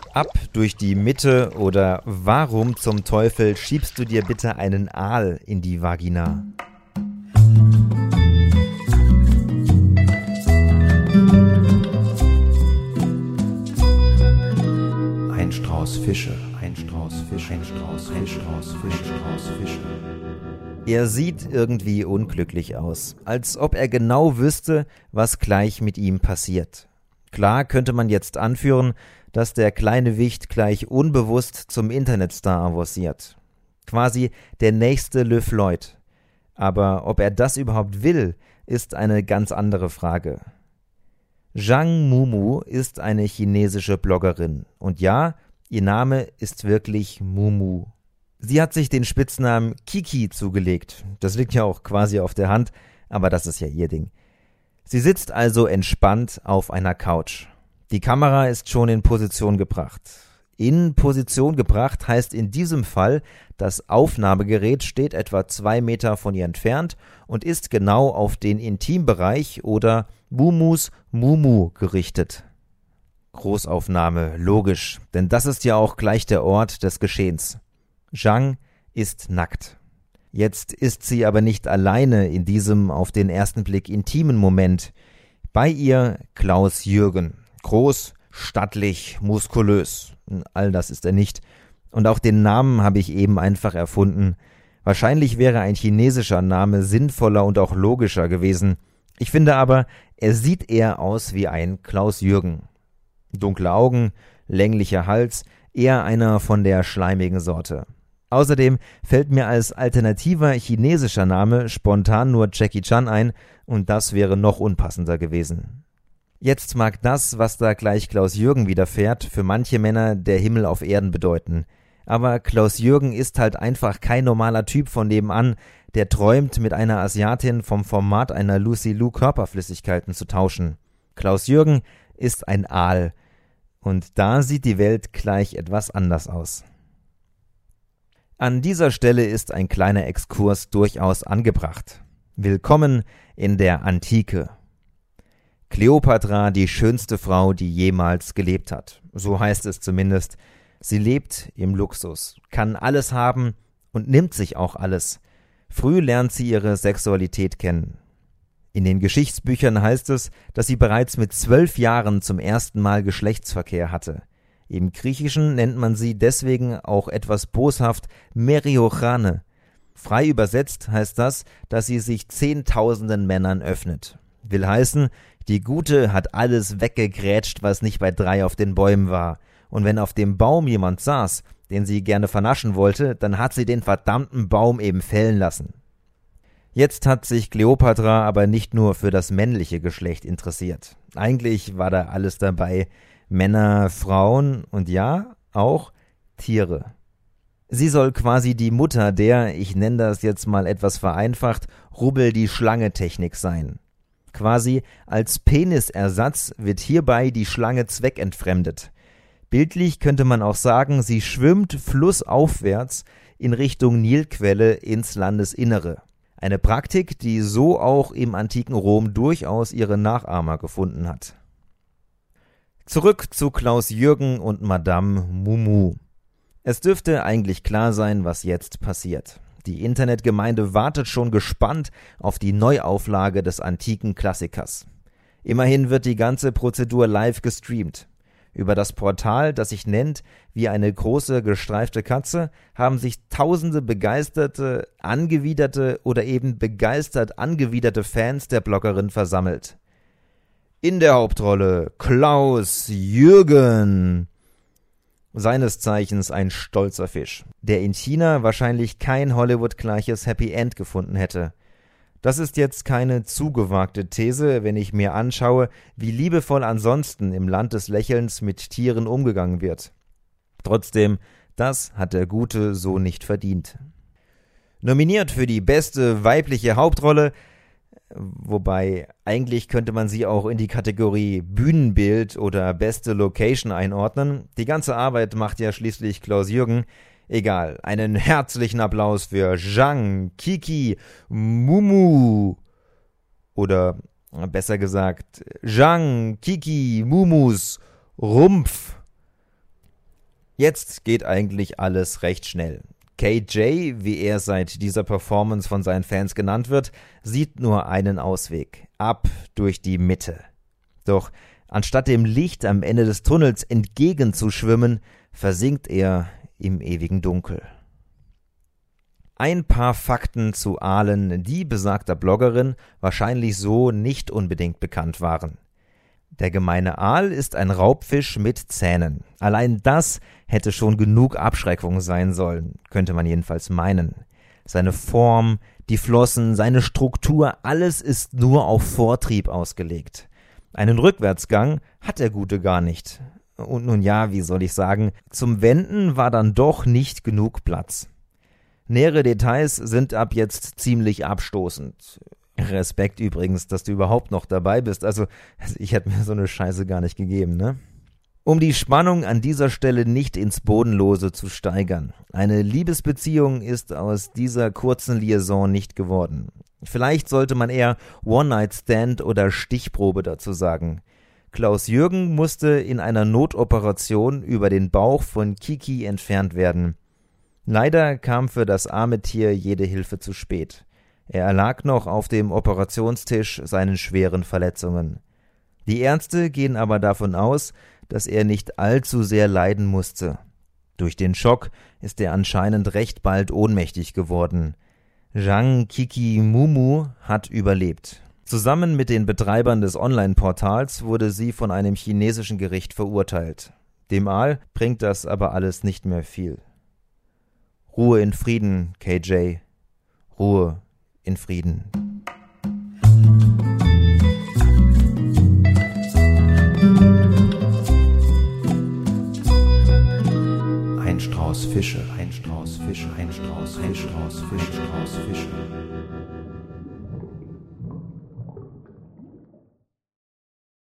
Ab durch die Mitte oder warum zum Teufel schiebst du dir bitte einen Aal in die Vagina? Ein Strauß Fische, ein Strauß Fische, ein Strauß Fische, ein Strauß Fische. Er sieht irgendwie unglücklich aus, als ob er genau wüsste, was gleich mit ihm passiert. Klar könnte man jetzt anführen, dass der kleine Wicht gleich unbewusst zum Internetstar avanciert. Quasi der nächste Le Floyd. Aber ob er das überhaupt will, ist eine ganz andere Frage. Zhang Mumu ist eine chinesische Bloggerin. Und ja, ihr Name ist wirklich Mumu. Sie hat sich den Spitznamen Kiki zugelegt. Das liegt ja auch quasi auf der Hand, aber das ist ja ihr Ding. Sie sitzt also entspannt auf einer Couch. Die Kamera ist schon in Position gebracht. In Position gebracht heißt in diesem Fall, das Aufnahmegerät steht etwa 2 Meter von ihr entfernt und ist genau auf den Intimbereich oder Mumus Mumu gerichtet. Großaufnahme, logisch, denn das ist ja auch gleich der Ort des Geschehens. Zhang ist nackt. Jetzt ist sie aber nicht alleine in diesem auf den ersten Blick intimen Moment. Bei ihr Klaus Jürgen. Groß, stattlich, muskulös. All das ist er nicht. Und auch den Namen habe ich eben einfach erfunden. Wahrscheinlich wäre ein chinesischer Name sinnvoller und auch logischer gewesen. Ich finde aber, er sieht eher aus wie ein Klaus Jürgen. Dunkle Augen, länglicher Hals, eher einer von der schleimigen Sorte. Außerdem fällt mir als alternativer chinesischer Name spontan nur Jackie Chan ein und das wäre noch unpassender gewesen. Jetzt mag das, was da gleich Klaus Jürgen widerfährt, für manche Männer der Himmel auf Erden bedeuten. Aber Klaus Jürgen ist halt einfach kein normaler Typ von nebenan, der träumt, mit einer Asiatin vom Format einer Lucy Liu Körperflüssigkeiten zu tauschen. Klaus Jürgen ist ein Aal. Und da sieht die Welt gleich etwas anders aus. An dieser Stelle ist ein kleiner Exkurs durchaus angebracht. Willkommen in der Antike. Kleopatra, die schönste Frau, die jemals gelebt hat. So heißt es zumindest. Sie lebt im Luxus, kann alles haben und nimmt sich auch alles. Früh lernt sie ihre Sexualität kennen. In den Geschichtsbüchern heißt es, dass sie bereits mit 12 Jahren zum ersten Mal Geschlechtsverkehr hatte. Im Griechischen nennt man sie deswegen auch etwas boshaft Meriochane. Frei übersetzt heißt das, dass sie sich Zehntausenden Männern öffnet. Will heißen, die Gute hat alles weggegrätscht, was nicht bei 3 auf den Bäumen war. Und wenn auf dem Baum jemand saß, den sie gerne vernaschen wollte, dann hat sie den verdammten Baum eben fällen lassen. Jetzt hat sich Kleopatra aber nicht nur für das männliche Geschlecht interessiert. Eigentlich war da alles dabei. Männer, Frauen und ja, auch Tiere. Sie soll quasi die Mutter der, ich nenne das jetzt mal etwas vereinfacht, Rubbel-die-Schlange-Technik sein. Quasi als Penisersatz wird hierbei die Schlange zweckentfremdet. Bildlich könnte man auch sagen, sie schwimmt flussaufwärts in Richtung Nilquelle ins Landesinnere. Eine Praktik, die so auch im antiken Rom durchaus ihre Nachahmer gefunden hat. Zurück zu Klaus Jürgen und Madame Mumu. Es dürfte eigentlich klar sein, was jetzt passiert. Die Internetgemeinde wartet schon gespannt auf die Neuauflage des antiken Klassikers. Immerhin wird die ganze Prozedur live gestreamt. Über das Portal, das sich nennt wie eine große gestreifte Katze, haben sich tausende begeisterte, angewiderte oder eben begeistert angewiderte Fans der Bloggerin versammelt. In der Hauptrolle Klaus Jürgen. Seines Zeichens ein stolzer Fisch, der in China wahrscheinlich kein Hollywood-gleiches Happy End gefunden hätte. Das ist jetzt keine zu gewagte These, wenn ich mir anschaue, wie liebevoll ansonsten im Land des Lächelns mit Tieren umgegangen wird. Trotzdem, das hat der Gute so nicht verdient. Nominiert für die beste weibliche Hauptrolle, wobei eigentlich könnte man sie auch in die Kategorie Bühnenbild oder beste Location einordnen. Die ganze Arbeit macht ja schließlich Klaus Jürgen. Egal, einen herzlichen Applaus für Zhang, Kiki, Mumu. Oder besser gesagt, Zhang, Kiki, Mumus Rumpf. Jetzt geht eigentlich alles recht schnell. KJ, wie er seit dieser Performance von seinen Fans genannt wird, sieht nur einen Ausweg: ab durch die Mitte. Doch anstatt dem Licht am Ende des Tunnels entgegenzuschwimmen, versinkt er im ewigen Dunkel. Ein paar Fakten zu Aalen, die besagter Bloggerin wahrscheinlich so nicht unbedingt bekannt waren. Der gemeine Aal ist ein Raubfisch mit Zähnen. Allein das hätte schon genug Abschreckung sein sollen, könnte man jedenfalls meinen. Seine Form, die Flossen, seine Struktur, alles ist nur auf Vortrieb ausgelegt. Einen Rückwärtsgang hat der Gute gar nicht. Und nun ja, wie soll ich sagen, zum Wenden war dann doch nicht genug Platz. Nähere Details sind ab jetzt ziemlich abstoßend. Respekt übrigens, dass du überhaupt noch dabei bist. Also ich hätte mir so eine Scheiße gar nicht gegeben, ne? Um die Spannung an dieser Stelle nicht ins Bodenlose zu steigern. Eine Liebesbeziehung ist aus dieser kurzen Liaison nicht geworden. Vielleicht sollte man eher One-Night-Stand oder Stichprobe dazu sagen. Klaus-Jürgen musste in einer Notoperation über den Bauch von Kiki entfernt werden. Leider kam für das arme Tier jede Hilfe zu spät. Er erlag noch auf dem Operationstisch seinen schweren Verletzungen. Die Ärzte gehen aber davon aus, dass er nicht allzu sehr leiden musste. Durch den Schock ist er anscheinend recht bald ohnmächtig geworden. Zhang Kiki Mumu hat überlebt. Zusammen mit den Betreibern des Online-Portals wurde sie von einem chinesischen Gericht verurteilt. Dem Aal bringt das aber alles nicht mehr viel. Ruhe in Frieden, KJ. Ruhe in Frieden. Ein Strauß Fische, ein Strauß Fische, ein Strauß Fische.